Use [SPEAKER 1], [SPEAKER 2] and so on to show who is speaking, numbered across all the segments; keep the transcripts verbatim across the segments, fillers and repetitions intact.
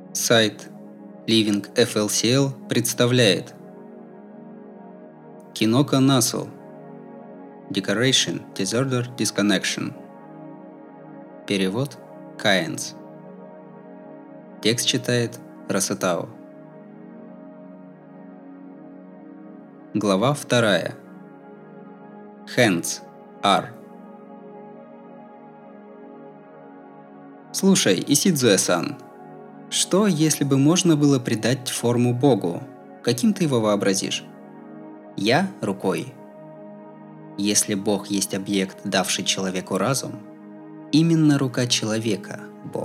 [SPEAKER 1] Сайт Living эф эл си эл представляет Кинока Насу Decoration Disorder Disconnection. Перевод Каинс. Текст читает Расатау. Глава вторая. Hands R. Слушай, Исидзуэ-сан, что, если бы можно было придать форму Богу? Каким ты его вообразишь? Я – рукой. Если Бог есть объект, давший человеку разум, именно рука человека – Бог.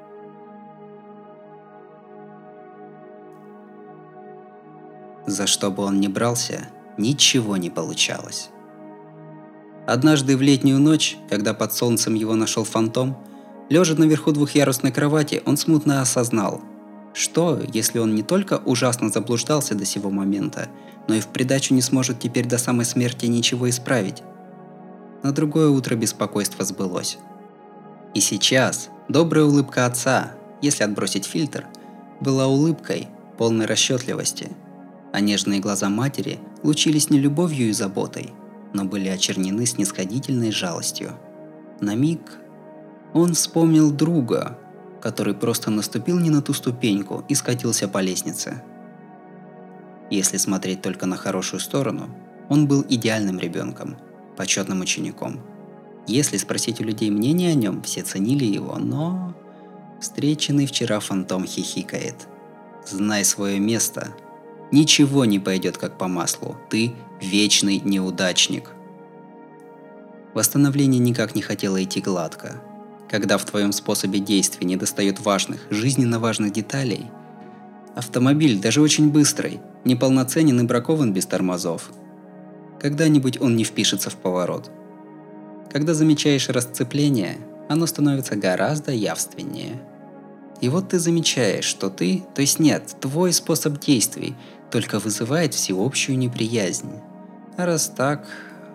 [SPEAKER 1] За что бы он ни брался, ничего не получалось. Однажды в летнюю ночь, когда под солнцем его нашел фантом, лежа наверху двухъярусной кровати, он смутно осознал, что, если он не только ужасно заблуждался до сего момента, но и в придачу не сможет теперь до самой смерти ничего исправить. На другое утро беспокойство сбылось. И сейчас добрая улыбка отца, если отбросить фильтр, была улыбкой, полной расчетливости, а нежные глаза матери лучились не любовью и заботой, но были очернены снисходительной жалостью. На миг он вспомнил друга, который просто наступил не на ту ступеньку и скатился по лестнице. Если смотреть только на хорошую сторону, он был идеальным ребенком, почетным учеником. Если спросить у людей мнение о нем, все ценили его, но... Встреченный вчера фантом хихикает. Знай свое место. Ничего не пойдет как по маслу. Ты вечный неудачник. Восстановление никак не хотело идти гладко. Когда в твоем способе действия недостает важных, жизненно важных деталей, автомобиль, даже очень быстрый, неполноценен и бракован без тормозов. Когда-нибудь он не впишется в поворот. Когда замечаешь расцепление, оно становится гораздо явственнее. И вот ты замечаешь, что ты, то есть нет, твой способ действий только вызывает всеобщую неприязнь. А раз так...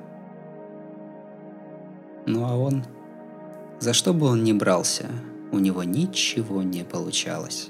[SPEAKER 1] Ну а он... За что бы он ни брался, у него ничего не получалось.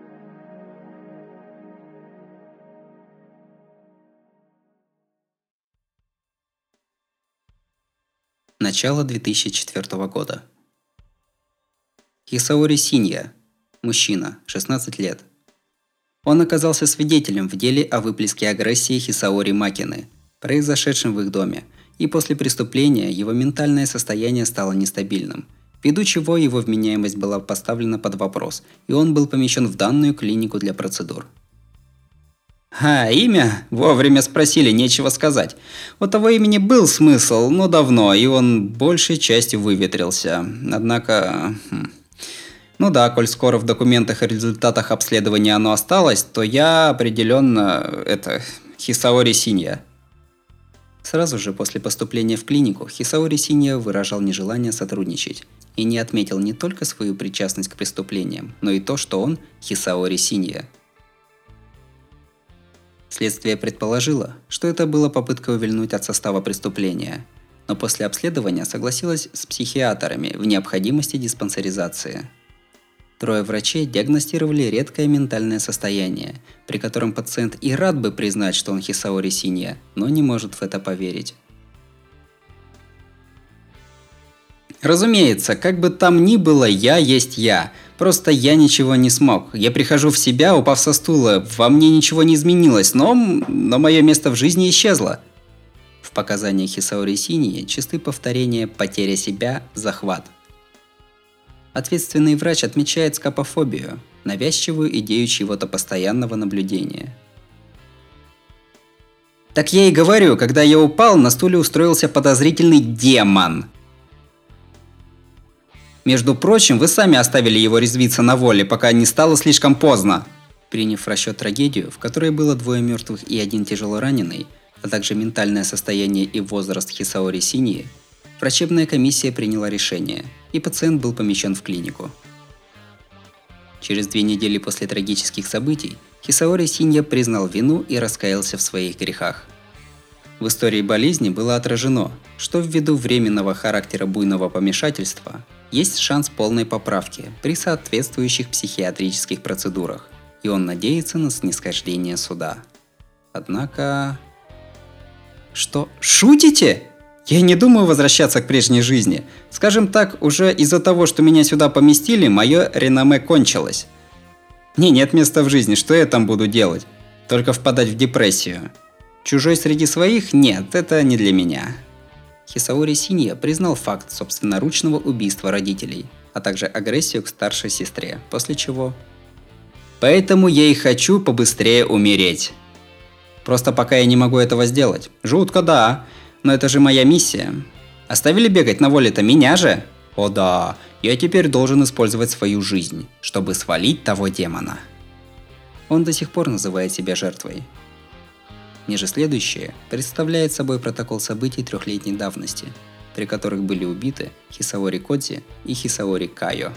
[SPEAKER 1] Начало две тысячи четвёртого года. Хисаори Синья, мужчина, шестнадцать лет. Он оказался свидетелем в деле о выплеске агрессии Хисаори Макины, произошедшем в их доме, и после преступления его ментальное состояние стало нестабильным, ввиду чего его вменяемость была поставлена под вопрос, и он был помещен в данную клинику для процедур. А, имя? Вовремя спросили, нечего сказать. У того имени был смысл, но давно, и он большей частью выветрился. Однако... Хм. Ну да, коль скоро в документах и результатах обследования оно осталось, то я определенно... Это... Хисаори Синья. Сразу же после поступления в клинику Хисаори Синья выражал нежелание сотрудничать и не отметил не только свою причастность к преступлениям, но и то, что он Хисаори Синья. Следствие предположило, что это была попытка увильнуть от состава преступления, но после обследования согласилась с психиатрами в необходимости диспансеризации. Трое врачей диагностировали редкое ментальное состояние, при котором пациент и рад бы признать, что он Хисаори Синья, но не может в это поверить. Разумеется, как бы там ни было, я есть я. Просто я ничего не смог. Я прихожу в себя, упав со стула. Во мне ничего не изменилось, но, но мое место в жизни исчезло. В показаниях Хисаори Синьи чисты повторения «потеря себя», «захват». Ответственный врач отмечает скопофобию, навязчивую идею чьего-то постоянного наблюдения. Так я и говорю, когда я упал, на стуле устроился подозрительный демон. Между прочим, вы сами оставили его резвиться на воле, пока не стало слишком поздно. Приняв в расчет трагедию, в которой было двое мертвых и один тяжело раненый, а также ментальное состояние и возраст Хисаори Синьи, врачебная комиссия приняла решение, и пациент был помещен в клинику. Через две недели после трагических событий Хисаори Синья признал вину и раскаялся в своих грехах. В истории болезни было отражено, что ввиду временного характера буйного помешательства есть шанс полной поправки при соответствующих психиатрических процедурах, и он надеется на снисхождение суда. Однако... Что? Шутите? Я не думаю возвращаться к прежней жизни. Скажем так, уже из-за того, что меня сюда поместили, мое реноме кончилось. Мне нет места в жизни, что я там буду делать? Только впадать в депрессию. Чужой среди своих? Нет, это не для меня. Хисаори Синья признал факт собственноручного убийства родителей, а также агрессию к старшей сестре, после чего... Поэтому я и хочу побыстрее умереть. Просто пока я не могу этого сделать. Жутко, да, но это же моя миссия. Оставили бегать на воле-то меня же? О да, я теперь должен использовать свою жизнь, чтобы свалить того демона. Он до сих пор называет себя жертвой. Ниже следующее представляет собой протокол событий трехлетней давности, при которых были убиты Хисаори Кодзи и Хисаори Кайо.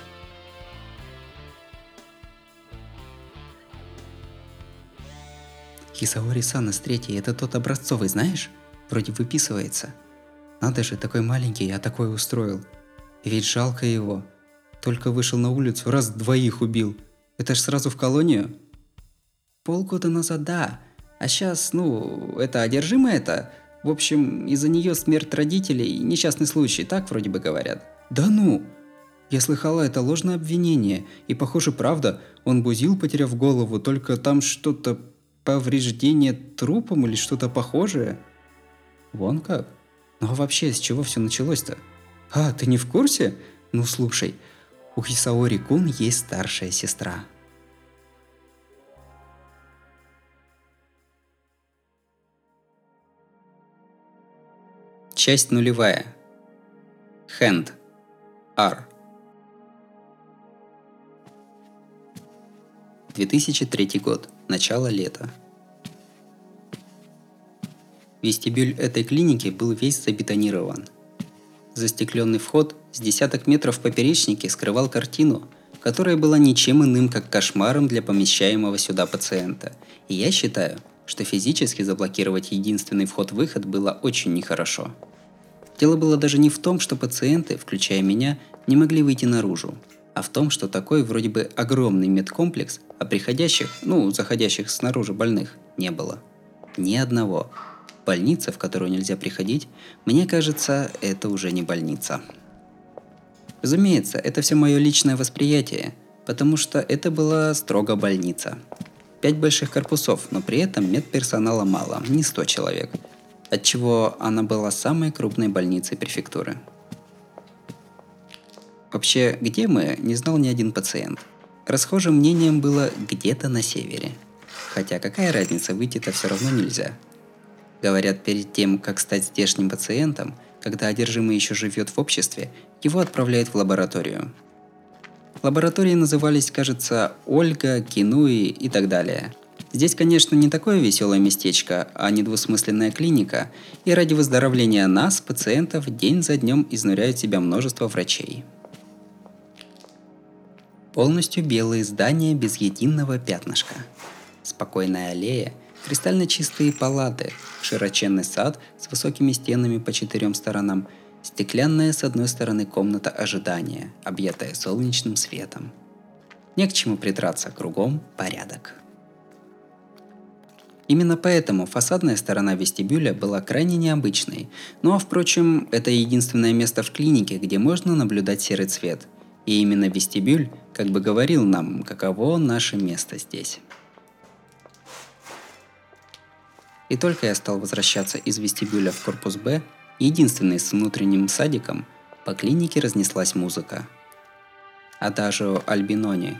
[SPEAKER 1] Хисаори-сан из третьей, это тот образцовый, знаешь? Вроде выписывается. Надо же, такой маленький, а такой устроил. И ведь жалко его. Только вышел на улицу, раз двоих убил. Это ж сразу в колонию? Полгода назад, да. А сейчас, ну, это одержимое это. В общем, из-за нее смерть родителей, несчастный случай, так вроде бы говорят. Да ну! Я слыхала, это ложное обвинение. И похоже, правда, он бузил, потеряв голову, только там что-то... повреждение трупом или что-то похожее? Вон как? Ну а вообще, с чего все началось-то? А, ты не в курсе? Ну слушай, у Хисаори-кун есть старшая сестра. Часть нулевая. Hand. R. две тысячи третий год. Начало лета. Вестибюль этой клиники был весь забетонирован. Застекленный вход с десяток метров в поперечнике скрывал картину, которая была ничем иным, как кошмаром для помещаемого сюда пациента. И я считаю, что физически заблокировать единственный вход-выход было очень нехорошо. Дело было даже не в том, что пациенты, включая меня, не могли выйти наружу, а в том, что такой вроде бы огромный медкомплекс, а приходящих, ну, заходящих снаружи больных, не было. Ни одного. Больница, в которую нельзя приходить, мне кажется, это уже не больница. Разумеется, это все мое личное восприятие, потому что это была строго больница. Пять больших корпусов, но при этом медперсонала мало, не сто человек, отчего она была самой крупной больницей префектуры. Вообще, где мы, не знал ни один пациент. Расхожим мнением было где-то на севере. Хотя какая разница, выйти-то все равно нельзя. Говорят, перед тем, как стать здешним пациентом, когда одержимый еще живет в обществе, его отправляют в лабораторию. Лаборатории назывались, кажется, Ольга, Кинуи и так далее. Здесь, конечно, не такое веселое местечко, а недвусмысленная клиника, и ради выздоровления нас, пациентов, день за днем изнуряют себя множество врачей. Полностью белые здания без единого пятнышка. Спокойная аллея, кристально чистые палаты, широченный сад с высокими стенами по четырем сторонам, стеклянная с одной стороны комната ожидания, объятая солнечным светом. Не к чему придраться, кругом порядок. Именно поэтому фасадная сторона вестибюля была крайне необычной, ну а впрочем, это единственное место в клинике, где можно наблюдать серый цвет. И именно вестибюль как бы говорил нам, каково наше место здесь. И только я стал возвращаться из вестибюля в корпус Б, единственный с внутренним садиком, по клинике разнеслась музыка. Адажио Альбинони.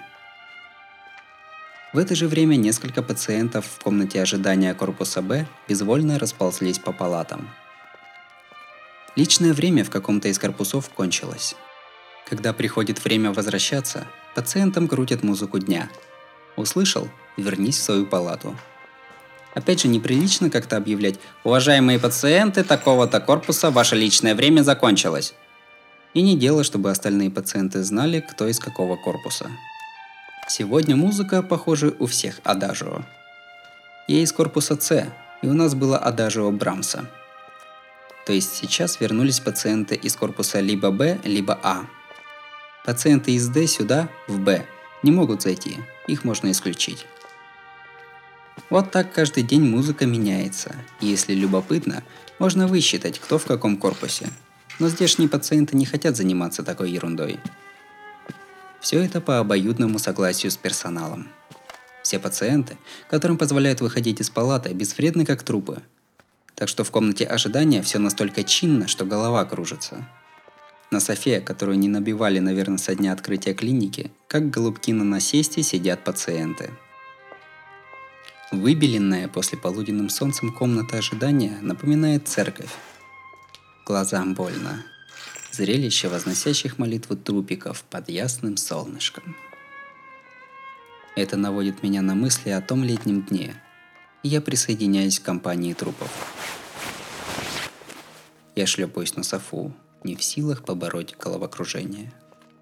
[SPEAKER 1] В это же время несколько пациентов в комнате ожидания корпуса Б безвольно расползлись по палатам. Личное время в каком-то из корпусов кончилось. Когда приходит время возвращаться, пациентам крутят музыку дня. Услышал? Вернись в свою палату. Опять же, неприлично как-то объявлять: «Уважаемые пациенты такого-то корпуса, ваше личное время закончилось». И не дело, чтобы остальные пациенты знали, кто из какого корпуса. Сегодня музыка, похоже, у всех адажио. Я из корпуса С, и у нас было адажио Брамса. То есть сейчас вернулись пациенты из корпуса либо Б, либо А. Пациенты из Д сюда, в Б, не могут зайти, их можно исключить. Вот так каждый день музыка меняется, и если любопытно, можно высчитать, кто в каком корпусе. Но здешние пациенты не хотят заниматься такой ерундой. Все это по обоюдному согласию с персоналом. Все пациенты, которым позволяют выходить из палаты, безвредны как трупы. Так что в комнате ожидания все настолько чинно, что голова кружится. На софе, которую не набивали, наверное, со дня открытия клиники, как голубки на насесте сидят пациенты. Выбеленная после полуденным солнцем комната ожидания напоминает церковь. Глазам больно. Зрелище возносящих молитву трупиков под ясным солнышком. Это наводит меня на мысли о том летнем дне, и я присоединяюсь к компании трупов. Я шлепаюсь на софу, не в силах побороть головокружение.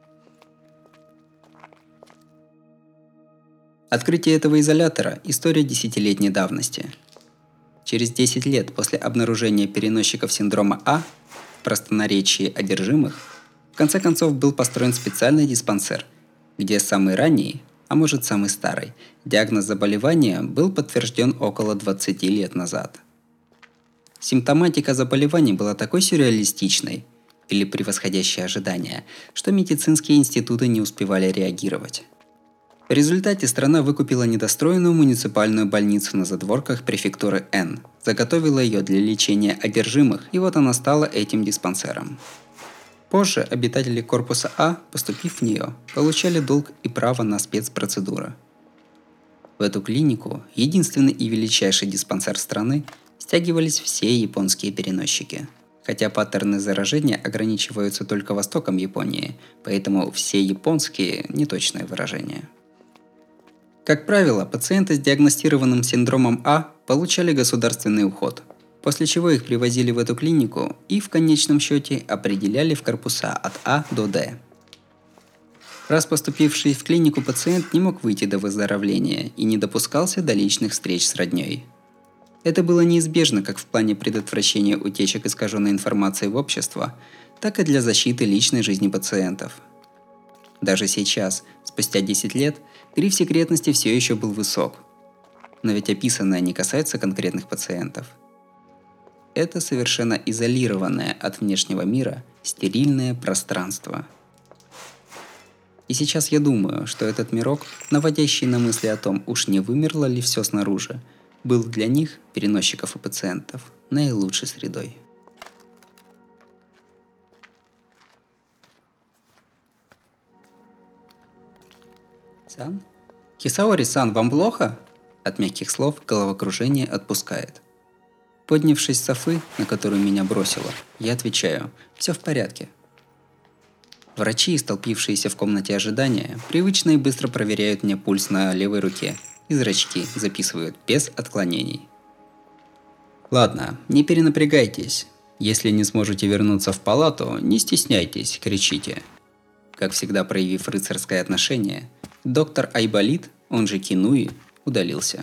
[SPEAKER 1] Открытие этого изолятора – история десятилетней давности. Через десять лет после обнаружения переносчиков синдрома А, в простонаречии одержимых, в конце концов был построен специальный диспансер, где самый ранний, а может самый старый, диагноз заболевания был подтвержден около двадцати лет назад. Симптоматика заболеваний была такой сюрреалистичной или превосходящей ожидания, что медицинские институты не успевали реагировать. В результате страна выкупила недостроенную муниципальную больницу на задворках префектуры Н, заготовила ее для лечения одержимых, и вот она стала этим диспансером. Позже обитатели корпуса А, поступив в нее, получали долг и право на спецпроцедуры. В эту клинику, единственный и величайший диспансер страны, стягивались все японские переносчики. Хотя паттерны заражения ограничиваются только востоком Японии, поэтому все японские – неточное выражение. Как правило, пациенты с диагностированным синдромом А получали государственный уход, после чего их привозили в эту клинику и в конечном счете определяли в корпуса от А до Д. Раз поступивший в клинику пациент не мог выйти до выздоровления и не допускался до личных встреч с роднёй. Это было неизбежно как в плане предотвращения утечек искаженной информации в общество, так и для защиты личной жизни пациентов. Даже сейчас, спустя десять лет, гриф секретности все еще был высок. Но ведь описанное не касается конкретных пациентов. Это совершенно изолированное от внешнего мира стерильное пространство. И сейчас я думаю, что этот мирок, наводящий на мысли о том, уж не вымерло ли все снаружи, был для них, переносчиков и пациентов, наилучшей средой. Сан? Хисаори-сан, вам плохо? От мягких слов головокружение отпускает. Поднявшись с софы, на которую меня бросило, я отвечаю: все в порядке. Врачи, столпившиеся в комнате ожидания, привычно и быстро проверяют мне пульс на левой руке, и зрачки записывают без отклонений. Ладно, не перенапрягайтесь. Если не сможете вернуться в палату, не стесняйтесь, кричите. Как всегда проявив рыцарское отношение, доктор Айболит, он же Кинуи, удалился.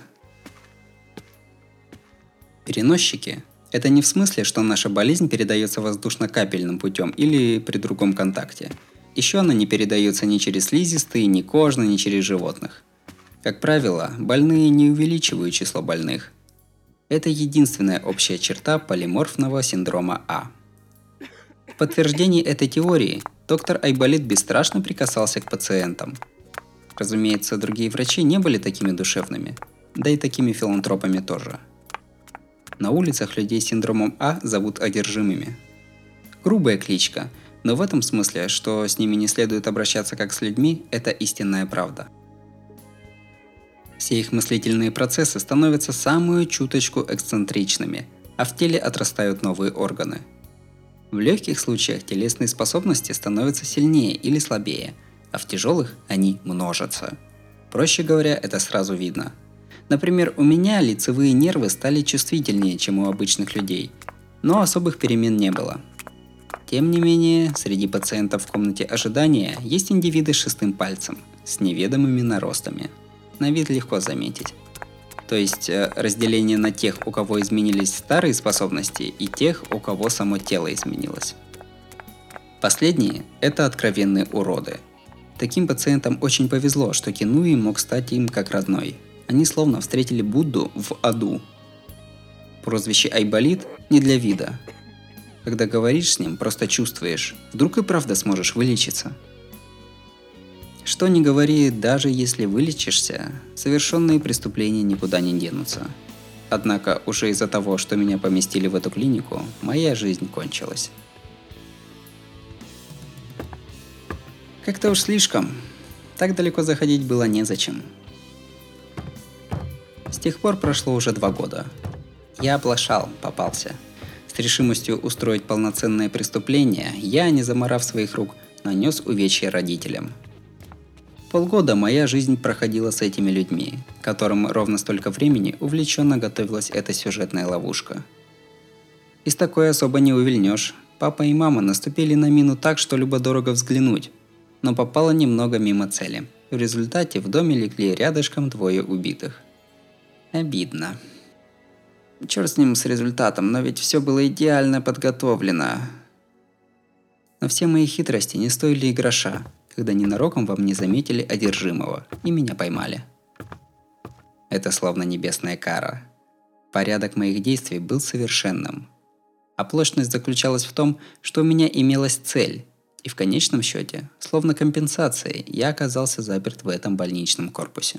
[SPEAKER 1] Переносчики – это не в смысле, что наша болезнь передается воздушно-капельным путем или при другом контакте. Еще она не передается ни через слизистые, ни кожно, ни через животных. Как правило, больные не увеличивают число больных. Это единственная общая черта полиморфного синдрома А. В подтверждении этой теории доктор Айболит бесстрашно прикасался к пациентам. Разумеется, другие врачи не были такими душевными, да и такими филантропами тоже. На улицах людей с синдромом А зовут одержимыми. Грубая кличка, но в этом смысле, что с ними не следует обращаться как с людьми, это истинная правда. Все их мыслительные процессы становятся самую чуточку эксцентричными, а в теле отрастают новые органы. В легких случаях телесные способности становятся сильнее или слабее, а в тяжелых они множатся. Проще говоря, это сразу видно. Например, у меня лицевые нервы стали чувствительнее, чем у обычных людей, но особых перемен не было. Тем не менее, среди пациентов в комнате ожидания есть индивиды с шестым пальцем, с неведомыми наростами. На вид легко заметить. То есть э, разделение на тех, у кого изменились старые способности, и тех, у кого само тело изменилось. Последние – это откровенные уроды. Таким пациентам очень повезло, что Кинуи мог стать им как родной. Они словно встретили Будду в аду. Прозвище Айболит не для вида. Когда говоришь с ним, просто чувствуешь, вдруг и правда сможешь вылечиться. Что ни говори, даже если вылечишься, совершенные преступления никуда не денутся. Однако уже из-за того, что меня поместили в эту клинику, моя жизнь кончилась. Как-то уж слишком. Так далеко заходить было незачем. С тех пор прошло уже два года. Я оплошал, попался. С решимостью устроить полноценное преступление, я, не заморав своих рук, нанес увечья родителям. Полгода моя жизнь проходила с этими людьми, которым ровно столько времени увлеченно готовилась эта сюжетная ловушка. Из такой особо не увильнешь. Папа и мама наступили на мину так, что любо-дорого взглянуть, но попало немного мимо цели. В результате в доме легли рядышком двое убитых. Обидно. Черт с ним, с результатом, но ведь все было идеально подготовлено. Но все мои хитрости не стоили и гроша, когда ненароком во мне заметили одержимого и меня поймали. Это словно небесная кара. Порядок моих действий был совершенным. Оплошность заключалась в том, что у меня имелась цель, и в конечном счете, словно компенсацией, я оказался заперт в этом больничном корпусе.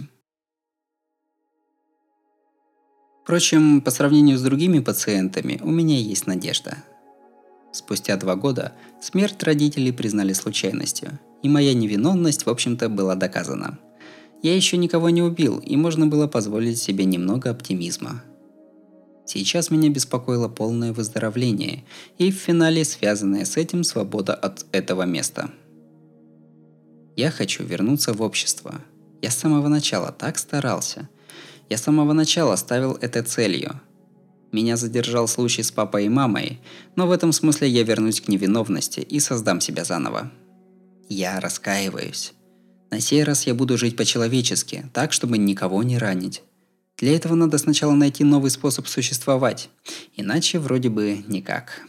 [SPEAKER 1] Впрочем, по сравнению с другими пациентами, у меня есть надежда. Спустя два года смерть родителей признали случайностью, и моя невиновность, в общем-то, была доказана. Я еще никого не убил, и можно было позволить себе немного оптимизма. Сейчас меня беспокоило полное выздоровление, и в финале связанная с этим свобода от этого места. Я хочу вернуться в общество. Я с самого начала так старался. Я с самого начала ставил это целью. Меня задержал случай с папой и мамой, но в этом смысле я вернусь к невиновности и создам себя заново. Я раскаиваюсь. На сей раз я буду жить по-человечески, так, чтобы никого не ранить. Для этого надо сначала найти новый способ существовать, иначе вроде бы никак.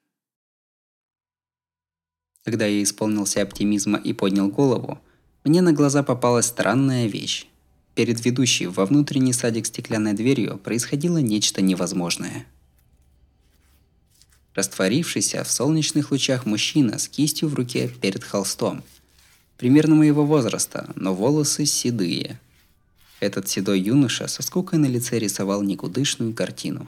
[SPEAKER 1] Когда я исполнился оптимизма и поднял голову, мне на глаза попалась странная вещь. Перед ведущей во внутренний садик стеклянной дверью происходило нечто невозможное. Растворившийся в солнечных лучах мужчина с кистью в руке перед холстом. Примерно моего возраста, но волосы седые. Этот седой юноша со скукой на лице рисовал никудышную картину.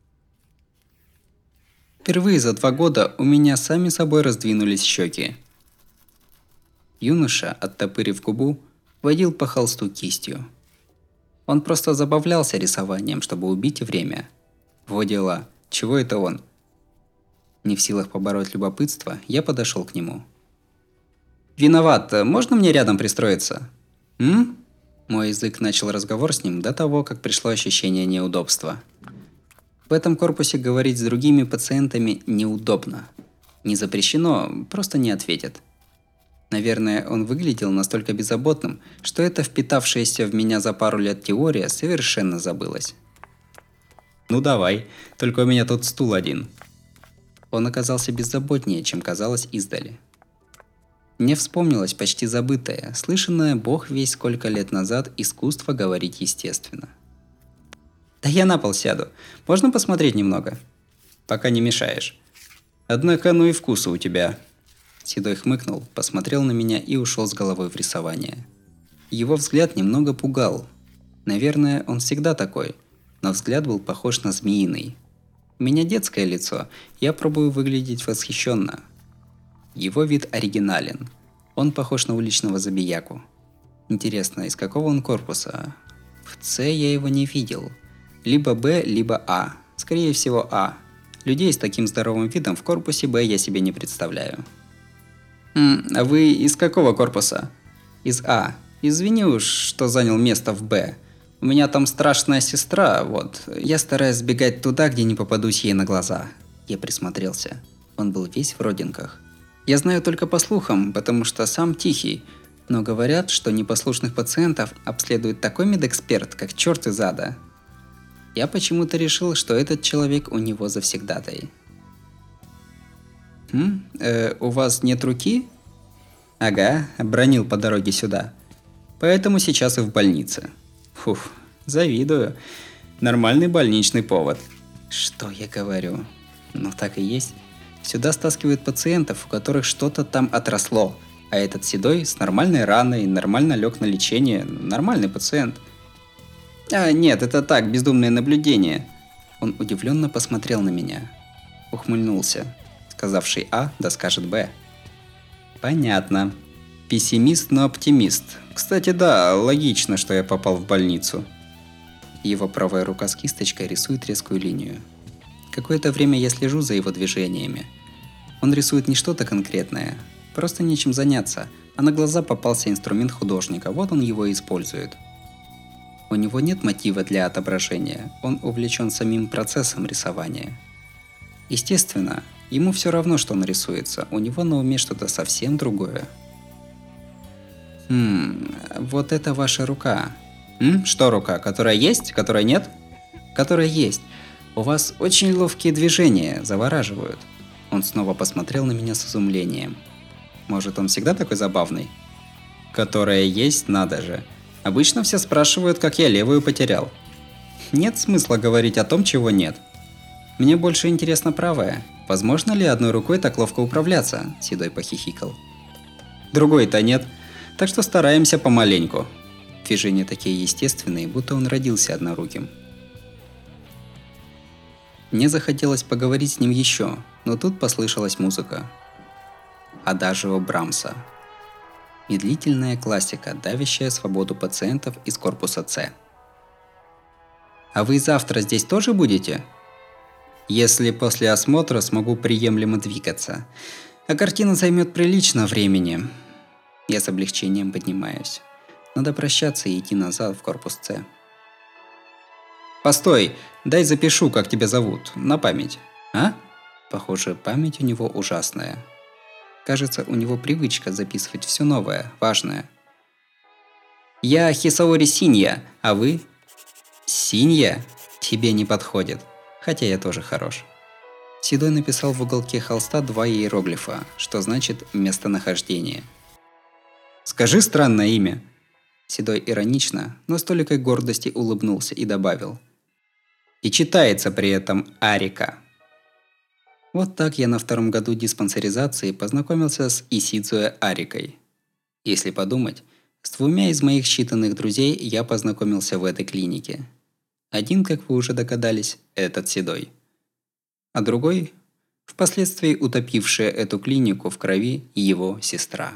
[SPEAKER 1] Впервые за два года у меня сами собой раздвинулись щеки. Юноша, оттопырив губу, водил по холсту кистью. Он просто забавлялся рисованием, чтобы убить время. Во дела, чего это он? Не в силах побороть любопытство, я подошел к нему. «Виноват, можно мне рядом пристроиться?» «М?» Мой язык начал разговор с ним до того, как пришло ощущение неудобства. В этом корпусе говорить с другими пациентами неудобно. Не запрещено, просто не ответят. Наверное, он выглядел настолько беззаботным, что эта впитавшаяся в меня за пару лет теория совершенно забылась. «Ну давай, только у меня тут стул один». Он оказался беззаботнее, чем казалось издали. Мне вспомнилось почти забытое, слышанное бог весть сколько лет назад искусство говорить естественно. «Да я на пол сяду. Можно посмотреть немного?» «Пока не мешаешь. Однако, ну и вкусы у тебя». Седой хмыкнул, посмотрел на меня и ушел с головой в рисование. Его взгляд немного пугал. Наверное, он всегда такой, но взгляд был похож на змеиный. У меня детское лицо, я пробую выглядеть восхищенно. Его вид оригинален. Он похож на уличного забияку. Интересно, из какого он корпуса? В С я его не видел. Либо Б, либо А. Скорее всего А. Людей с таким здоровым видом в корпусе Б я себе не представляю. «М, а вы из какого корпуса?» «Из А. Извини уж, что занял место в Б. У меня там страшная сестра, вот. Я стараюсь сбегать туда, где не попадусь ей на глаза». Я присмотрелся. Он был весь в родинках. Я знаю только по слухам, потому что сам тихий. Но говорят, что непослушных пациентов обследует такой медэксперт, как черт из ада. Я почему-то решил, что этот человек у него завсегдатай. «Хм, э, у вас нет руки?» «Ага, бронил по дороге сюда. Поэтому сейчас и в больнице». «Фух, завидую. Нормальный больничный повод». «Что я говорю? Ну так и есть. Сюда стаскивают пациентов, у которых что-то там отросло. А этот седой с нормальной раной, нормально лег на лечение, нормальный пациент». «А, нет, это так, бездумное наблюдение». Он удивленно посмотрел на меня. Ухмыльнулся. Сказавший А, да скажет Б. «Понятно. Пессимист, но оптимист. Кстати, да, логично, что я попал в больницу». Его правая рука с кисточкой рисует резкую линию. Какое-то время я слежу за его движениями. Он рисует не что-то конкретное, просто нечем заняться, а на глаза попался инструмент художника, вот он его и использует. У него нет мотива для отображения, он увлечен самим процессом рисования. Естественно, ему все равно, что нарисуется, у него на уме что-то совсем другое. Хм, вот это ваша рука. М? Что рука? Которая есть? Которая нет? Которая есть. У вас очень ловкие движения, завораживают. Он снова посмотрел на меня с изумлением. Может, он всегда такой забавный? Которая есть, надо же. Обычно все спрашивают, как я левую потерял. Нет смысла говорить о том, чего нет. Мне больше интересно правая. Возможно ли одной рукой так ловко управляться? Седой похихикал. Другой-то нет. Так что стараемся помаленьку. Движения такие естественные, будто он родился одноруким. Мне захотелось поговорить с ним еще, но тут послышалась музыка. Адажио Брамса. Медлительная классика, давящая свободу пациентов из корпуса С. «А вы завтра здесь тоже будете?» «Если после осмотра смогу приемлемо двигаться. А картина займет прилично времени». Я с облегчением поднимаюсь. Надо прощаться и идти назад в корпус С. «Постой, дай запишу, как тебя зовут, на память». «А?» Похоже, память у него ужасная. Кажется, у него привычка записывать все новое, важное. «Я Хисаори Синья, а вы?» «Синья? Тебе не подходит. Хотя я тоже хорош». Седой написал в уголке холста два иероглифа, что значит «местонахождение». «Скажи странное имя». Седой иронично, но с толикой гордости улыбнулся и добавил. «И читается при этом Арика». Вот так я на втором году диспансеризации познакомился с Исидзуэ Арикой. Если подумать, с двумя из моих считанных друзей я познакомился в этой клинике. Один, как вы уже догадались, этот Седой. А другой, впоследствии утопившая эту клинику в крови, его сестра.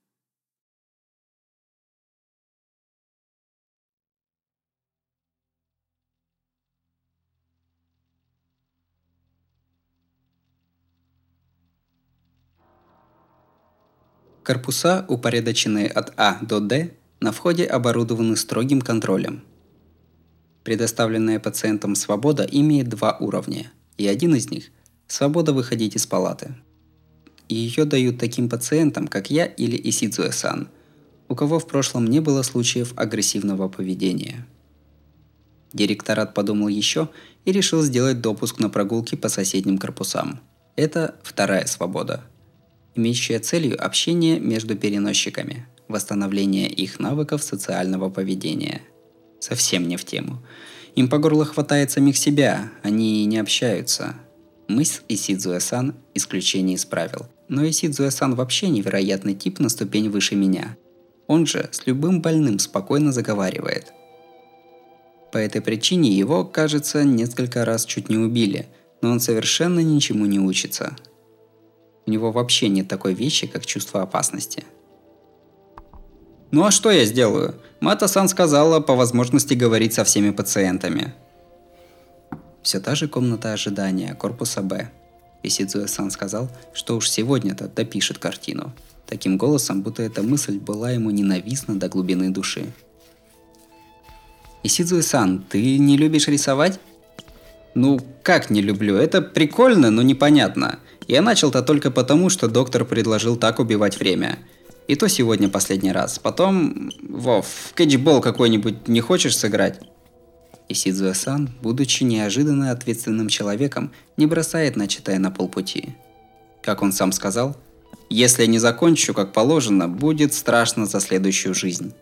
[SPEAKER 1] Корпуса, упорядоченные от А до Д, на входе оборудованы строгим контролем. Предоставленная пациентам свобода имеет два уровня, и один из них – свобода выходить из палаты. И ее дают таким пациентам, как я или Исидзуэ-сан, у кого в прошлом не было случаев агрессивного поведения. Директорат подумал еще и решил сделать допуск на прогулки по соседним корпусам. Это вторая свобода, имеющая целью общение между переносчиками, восстановление их навыков социального поведения. Совсем не в тему. Им по горло хватает самих себя, они не общаются. Мы с Исидзуэ-сан исключение из правил. Но Исидзуэ-сан вообще невероятный тип на ступень выше меня. Он же с любым больным спокойно заговаривает. По этой причине его, кажется, несколько раз чуть не убили, но он совершенно ничему не учится. У него вообще нет такой вещи, как чувство опасности. «Ну а что я сделаю? Мата-сан сказала по возможности говорить со всеми пациентами». Все та же комната ожидания, корпуса Б. Исидзуэ-сан сказал, что уж сегодня-то допишет картину. Таким голосом, будто эта мысль была ему ненавистна до глубины души. «Исидзуэ-сан, ты не любишь рисовать?» «Ну, как не люблю? Это прикольно, но непонятно. Я начал-то только потому, что доктор предложил так убивать время. И то сегодня последний раз. Потом... Вов, в кэтчбол какой-нибудь не хочешь сыграть?» Исидзуэ-сан, будучи неожиданно ответственным человеком, не бросает начатое на полпути. Как он сам сказал, «Если я не закончу, как положено, будет страшно за следующую жизнь».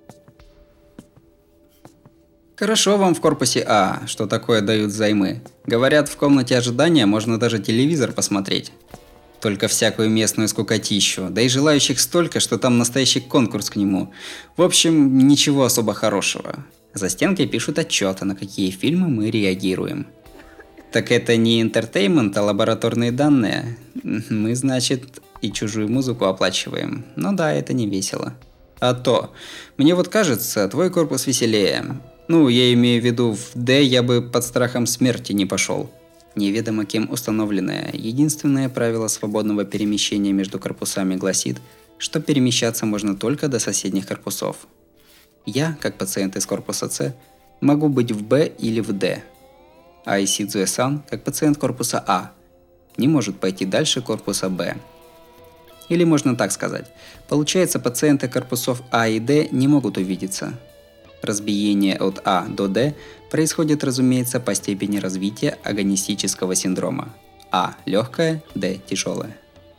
[SPEAKER 1] Хорошо вам в корпусе А, что такое дают взаймы. Говорят, в комнате ожидания можно даже телевизор посмотреть. Только всякую местную скукотищу, да и желающих столько, что там настоящий конкурс к нему. В общем, ничего особо хорошего. За стенкой пишут отчеты, на какие фильмы мы реагируем. Так это не интертеймент, а лабораторные данные. Мы, значит, и чужую музыку оплачиваем. Ну да, это не весело. А то, мне вот кажется, твой корпус веселее. Ну, я имею в виду, в D я бы под страхом смерти не пошел. Неведомо кем установленное, единственное правило свободного перемещения между корпусами гласит, что перемещаться можно только до соседних корпусов. Я, как пациент из корпуса С, могу быть в Б или в Д. А Исидзуэ-сан, как пациент корпуса А, не может пойти дальше корпуса Б. Или можно так сказать, получается, пациенты корпусов А и Д не могут увидеться. Разбиение от А до Д происходит, разумеется, по степени развития агонистического синдрома. А – легкое, Д – тяжелое.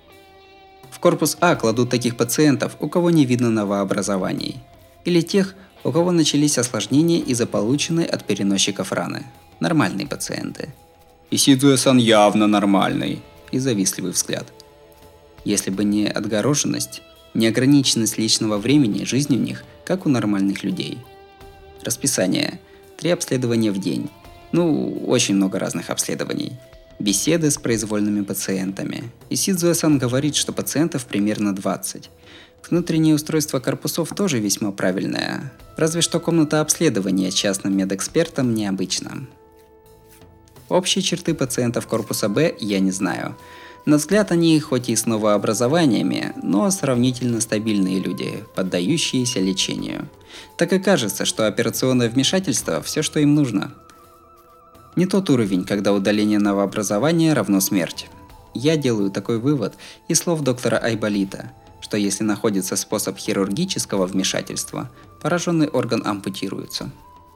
[SPEAKER 1] В корпус А кладут таких пациентов, у кого не видно новообразований, или тех, у кого начались осложнения из-за полученной от переносчиков раны. Нормальные пациенты. Исидзуэ-сан явно нормальный. И завистливый взгляд. Если бы не отгороженность, неограниченность личного времени, жизнь у них, как у нормальных людей. Расписание. Три обследования в день. Ну, очень много разных обследований. Беседы с произвольными пациентами. Исидзуэ-сан говорит, что пациентов примерно двадцать. Внутреннее устройство корпусов тоже весьма правильное. Разве что комната обследования частным медэкспертом необычна. Общие черты пациентов корпуса Б я не знаю. На взгляд они хоть и с новообразованиями, но сравнительно стабильные люди, поддающиеся лечению. Так и кажется, что операционное вмешательство – все, что им нужно. Не тот уровень, когда удаление новообразования равно смерть. Я делаю такой вывод из слов доктора Айболита, что если находится способ хирургического вмешательства, пораженный орган ампутируется.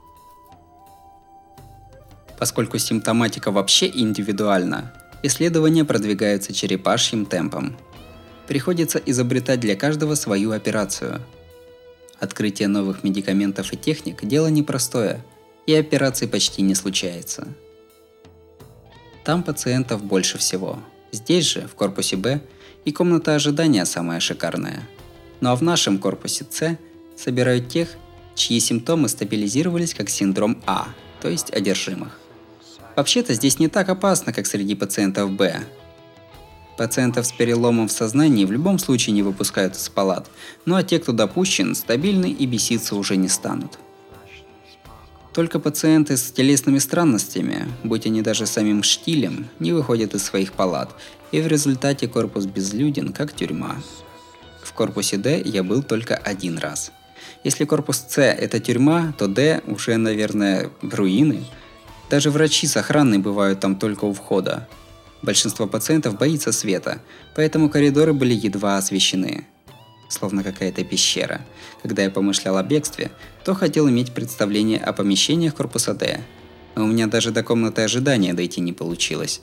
[SPEAKER 1] Поскольку симптоматика вообще индивидуальна, исследования продвигаются черепашьим темпом. Приходится изобретать для каждого свою операцию. Открытие новых медикаментов и техник – дело непростое, и операций почти не случается. Там пациентов больше всего. Здесь же, в корпусе Б, и комната ожидания самая шикарная. Ну а в нашем корпусе С собирают тех, чьи симптомы стабилизировались как синдром А, то есть одержимых. Вообще-то здесь не так опасно, как среди пациентов Б. Пациентов с переломом в сознании в любом случае не выпускают из палат, ну а те, кто допущен, стабильны и беситься уже не станут. Только пациенты с телесными странностями, будь они даже самим штилем, не выходят из своих палат, и в результате корпус безлюден, как тюрьма. В корпусе Д я был только один раз. Если корпус С это тюрьма, то Д уже, наверное, руины. Даже врачи с охраной бывают там только у входа. Большинство пациентов боится света, поэтому коридоры были едва освещены. Словно какая-то пещера. Когда я помышлял о бегстве, то хотел иметь представление о помещениях корпуса Д. А у меня даже до комнаты ожидания дойти не получилось.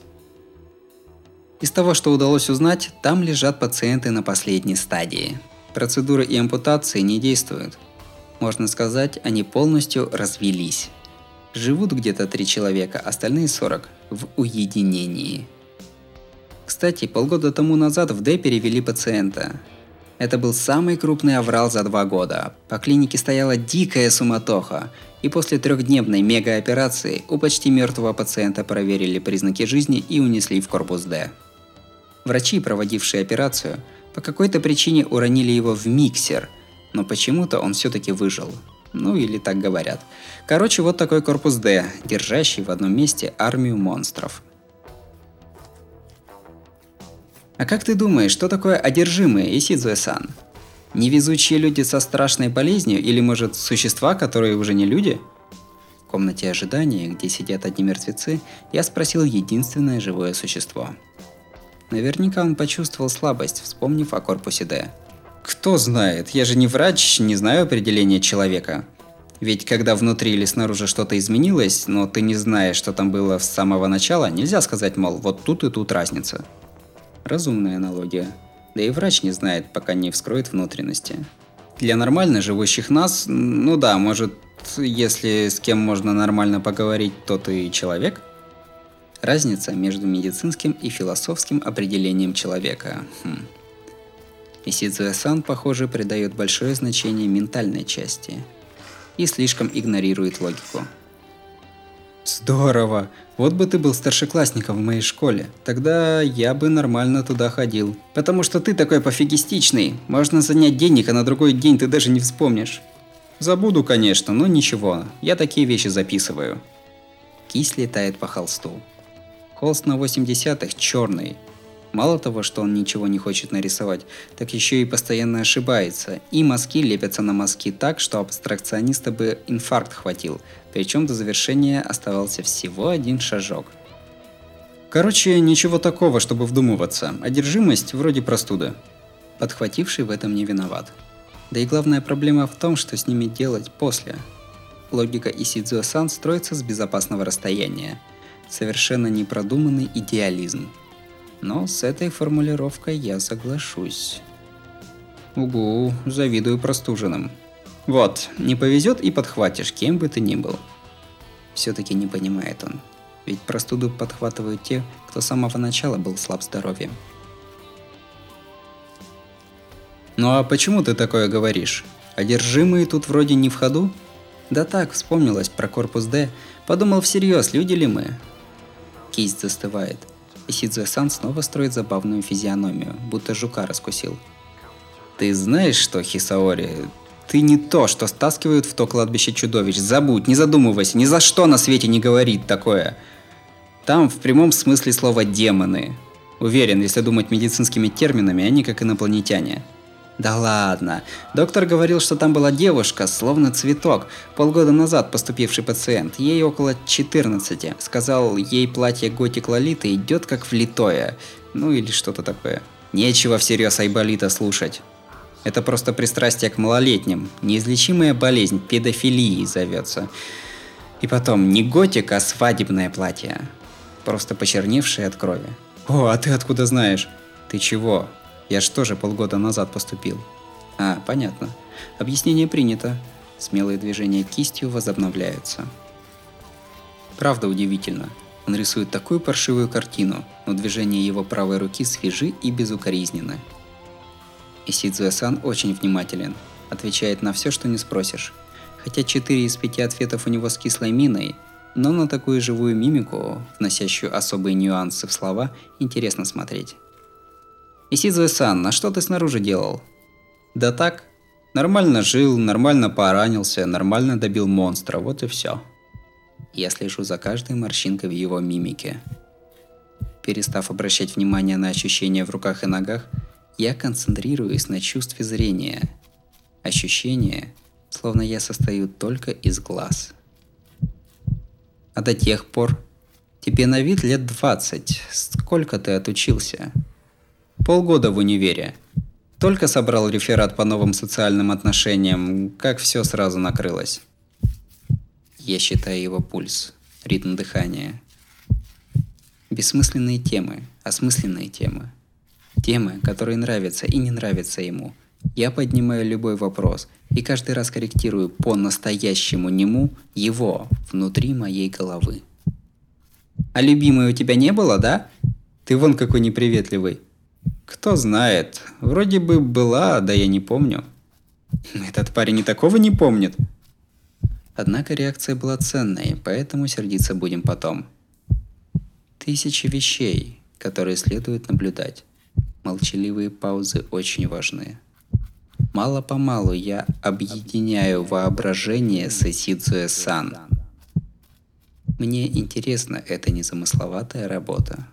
[SPEAKER 1] Из того, что удалось узнать, там лежат пациенты на последней стадии. Процедуры и ампутации не действуют. Можно сказать, они полностью развелись. Живут где-то три человека, остальные сорок в уединении. Кстати, полгода тому назад в Д перевели пациента. Это был самый крупный аврал за два года. По клинике стояла дикая суматоха, и после трехдневной мегаоперации у почти мертвого пациента проверили признаки жизни и унесли в корпус Д. Врачи, проводившие операцию, по какой-то причине уронили его в миксер, но почему-то он все-таки выжил. Ну или так говорят. Короче, вот такой корпус Д, держащий в одном месте армию монстров. А как ты думаешь, что такое одержимые, Исидзуэ-сан? Невезучие люди со страшной болезнью или, может, существа, которые уже не люди? В комнате ожидания, где сидят одни мертвецы, я спросил единственное живое существо. Наверняка он почувствовал слабость, вспомнив о корпусе Д. Кто знает, я же не врач, не знаю определения человека. Ведь когда внутри или снаружи что-то изменилось, но ты не знаешь, что там было с самого начала, нельзя сказать, мол, вот тут и тут разница. Разумная аналогия. Да и врач не знает, пока не вскроет внутренности. Для нормально живущих нас, ну да, может, если с кем можно нормально поговорить, то ты человек? Разница между медицинским и философским определением человека. Хм. Исидзуэ-сан, похоже, придает большое значение ментальной части и слишком игнорирует логику. Здорово! Вот бы ты был старшеклассником в моей школе, тогда я бы нормально туда ходил. Потому что ты такой пофигистичный, можно занять денег, а на другой день ты даже не вспомнишь. Забуду, конечно, но ничего, я такие вещи записываю. Кисть летает по холсту. Холст на восемь десятых черный. Мало того, что он ничего не хочет нарисовать, так еще и постоянно ошибается, и мазки лепятся на мазки так, что абстракциониста бы инфаркт хватил, причем до завершения оставался всего один шажок. Короче, ничего такого, чтобы вдумываться, одержимость вроде простуды. Подхвативший в этом не виноват. Да и главная проблема в том, что с ними делать после. Логика Исидзуэ-сан строится с безопасного расстояния. Совершенно непродуманный идеализм. Но с этой формулировкой я соглашусь. Угу, завидую простуженным. Вот, не повезет и подхватишь, кем бы ты ни был. Все-таки не понимает он. Ведь простуду подхватывают те, кто с самого начала был слаб здоровьем. Ну а почему ты такое говоришь? Одержимые тут вроде не в ходу? Да так, вспомнилось про корпус Д. Подумал всерьез, люди ли мы? Кисть застывает. Исидзуэ-сан снова строит забавную физиономию, будто жука раскусил. Ты знаешь что, Хисаори? Ты не то, что стаскивают в то кладбище чудовищ. Забудь, не задумывайся, ни за что на свете не говорит такое. Там в прямом смысле слова демоны. Уверен, если думать медицинскими терминами, они как инопланетяне. Да ладно. Доктор говорил, что там была девушка, словно цветок, полгода назад поступивший пациент, ей около четырнадцати. Сказал, ей платье готик Лолиты идет как влитое. Ну или что-то такое. Нечего всерьез Айболита слушать. Это просто пристрастие к малолетним. Неизлечимая болезнь педофилии зовется. И потом, не готик, а свадебное платье. Просто почерневшее от крови. О, а ты откуда знаешь? Ты чего? Я ж тоже полгода назад поступил. А, понятно. Объяснение принято. Смелые движения кистью возобновляются. Правда удивительно. Он рисует такую паршивую картину, но движения его правой руки свежи и безукоризненны. Исидзуэ-сан очень внимателен. Отвечает на все, что не спросишь. Хотя четыре из пяти ответов у него с кислой миной, но на такую живую мимику, вносящую особые нюансы в слова, интересно смотреть. Исидзуэ-сан, а что ты снаружи делал? Да так, нормально жил, нормально поранился, нормально добил монстра, вот и все. Я слежу за каждой морщинкой в его мимике. Перестав обращать внимание на ощущения в руках и ногах, я концентрируюсь на чувстве зрения. Ощущение, словно я состою только из глаз. А до тех пор? Тебе на вид лет двадцать. Сколько ты отучился? Полгода в универе. Только собрал реферат по новым социальным отношениям, как все сразу накрылось. Я считаю его пульс, ритм дыхания. Бессмысленные темы, осмысленные темы. Темы, которые нравятся и не нравятся ему. Я поднимаю любой вопрос и каждый раз корректирую по-настоящему нему его внутри моей головы. А любимой у тебя не было, да? Ты вон какой неприветливый. Кто знает, вроде бы была, да я не помню. Этот парень и такого не помнит. Однако реакция была ценной, поэтому сердиться будем потом. Тысячи вещей, которые следует наблюдать. Молчаливые паузы очень важны. Мало-помалу я объединяю воображение с Исидзуэ-сан. Мне интересна эта незамысловатая работа.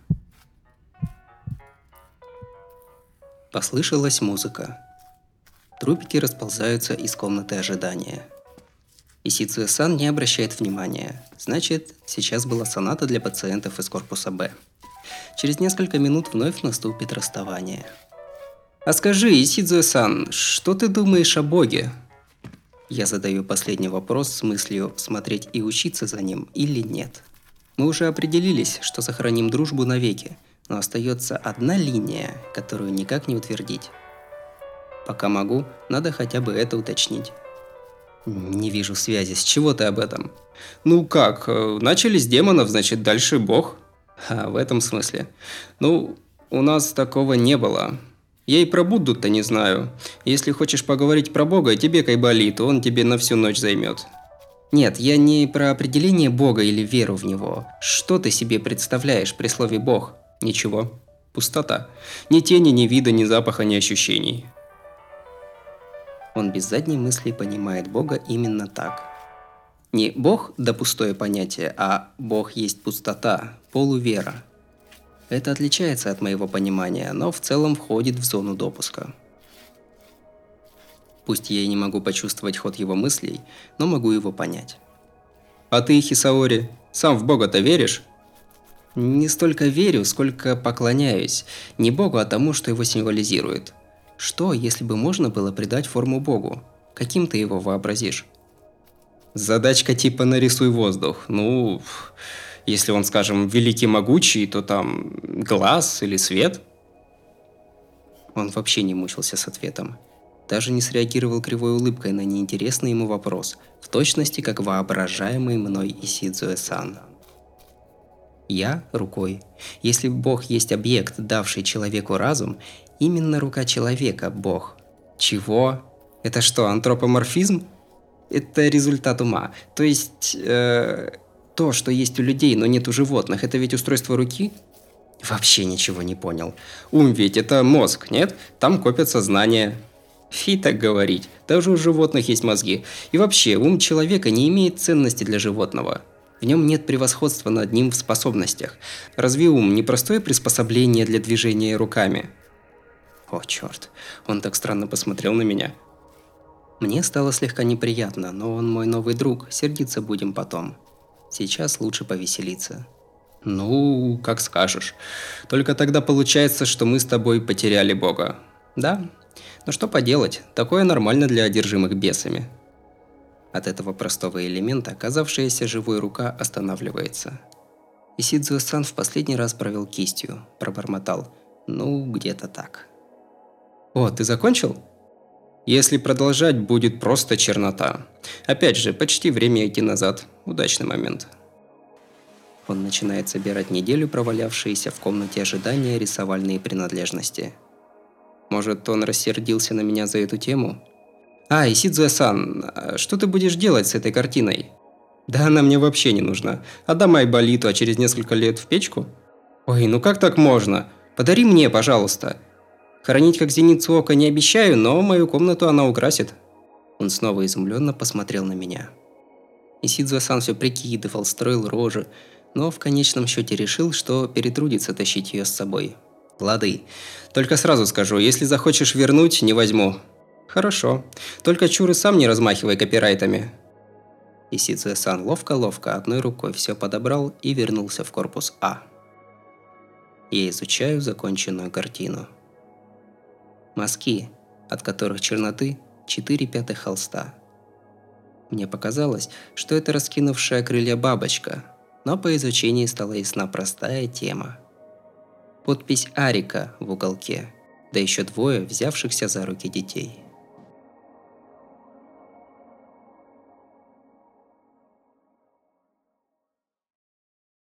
[SPEAKER 1] Послышалась музыка. Трупики расползаются из комнаты ожидания. Исидзуэ-сан не обращает внимания. Значит, сейчас была соната для пациентов из корпуса Б. Через несколько минут вновь наступит расставание. А скажи, Исидзуэ-сан, что ты думаешь о Боге? Я задаю последний вопрос с мыслью, смотреть и учиться за ним или нет. Мы уже определились, что сохраним дружбу навеки, но остается одна линия, которую никак не утвердить. Пока могу, надо хотя бы это уточнить. Не вижу связи, с чего ты об этом? Ну как, э, начали с демонов, значит дальше бог. А, в этом смысле. Ну, у нас такого не было. Я и про Будду-то не знаю. Если хочешь поговорить про Бога, тебе кайбали, то он тебе на всю ночь займет. Нет, я не про определение Бога или веру в него. Что ты себе представляешь при слове Бог? Ничего. Пустота. Ни тени, ни вида, ни запаха, ни ощущений. Он без задней мысли понимает Бога именно так. Не Бог да пустое понятие, а Бог есть пустота, полувера. Это отличается от моего понимания, но в целом входит в зону допуска. Пусть я и не могу почувствовать ход его мыслей, но могу его понять. А ты, Хисаори, сам в Бога-то веришь? Не столько верю, сколько поклоняюсь. Не Богу, а тому, что его символизирует. Что, если бы можно было придать форму Богу? Каким ты его вообразишь? Задачка типа «нарисуй воздух». Ну, если он, скажем, великий могучий, то там глаз или свет. Он вообще не мучился с ответом. Даже не среагировал кривой улыбкой на неинтересный ему вопрос, в точности как воображаемый мной Исидзуэ-сан. Я – рукой. Если Бог есть объект, давший человеку разум, именно рука человека – Бог. Чего? Это что, антропоморфизм? Это результат ума. То есть, э, то, что есть у людей, но нет у животных, это ведь устройство руки? Вообще ничего не понял. Ум ведь это мозг, нет? Там копятся знания. Фи так говорить, даже у животных есть мозги. И вообще, ум человека не имеет ценности для животного. В нем нет превосходства над ним в способностях. Разве ум не простое приспособление для движения руками? О, черт, он так странно посмотрел на меня. Мне стало слегка неприятно, но он мой новый друг, сердиться будем потом. Сейчас лучше повеселиться. Ну, как скажешь. Только тогда получается, что мы с тобой потеряли Бога. Да? Но что поделать, такое нормально для одержимых бесами. От этого простого элемента оказавшаяся живой рука останавливается. Исидзуэ-сан в последний раз провел кистью, пробормотал. Ну, где-то так. О, ты закончил? Если продолжать, будет просто чернота. Опять же, почти время идти назад. Удачный момент. Он начинает собирать неделю провалявшиеся в комнате ожидания рисовальные принадлежности. Может, он рассердился на меня за эту тему? А, Исидзуэ-сан, что ты будешь делать с этой картиной? Да она мне вообще не нужна. Отдам Айболиту, а через несколько лет в печку? Ой, ну как так можно? Подари мне, пожалуйста. Хранить как зеницу ока не обещаю, но мою комнату она украсит. Он снова изумленно посмотрел на меня. Исидзуэ-сан все прикидывал, строил рожи, но в конечном счете решил, что перетрудится тащить ее с собой. Лады. Только сразу скажу, если захочешь вернуть, не возьму. Хорошо. Только чур и сам не размахивай копирайтами. Исидзуэ-сан ловко-ловко одной рукой все подобрал и вернулся в корпус А. Я изучаю законченную картину. Мазки, от которых черноты четыре пятых холста. Мне показалось, что это раскинувшая крылья бабочка, но по изучении стала ясна простая тема. Подпись Арика в уголке, да еще двое взявшихся за руки детей.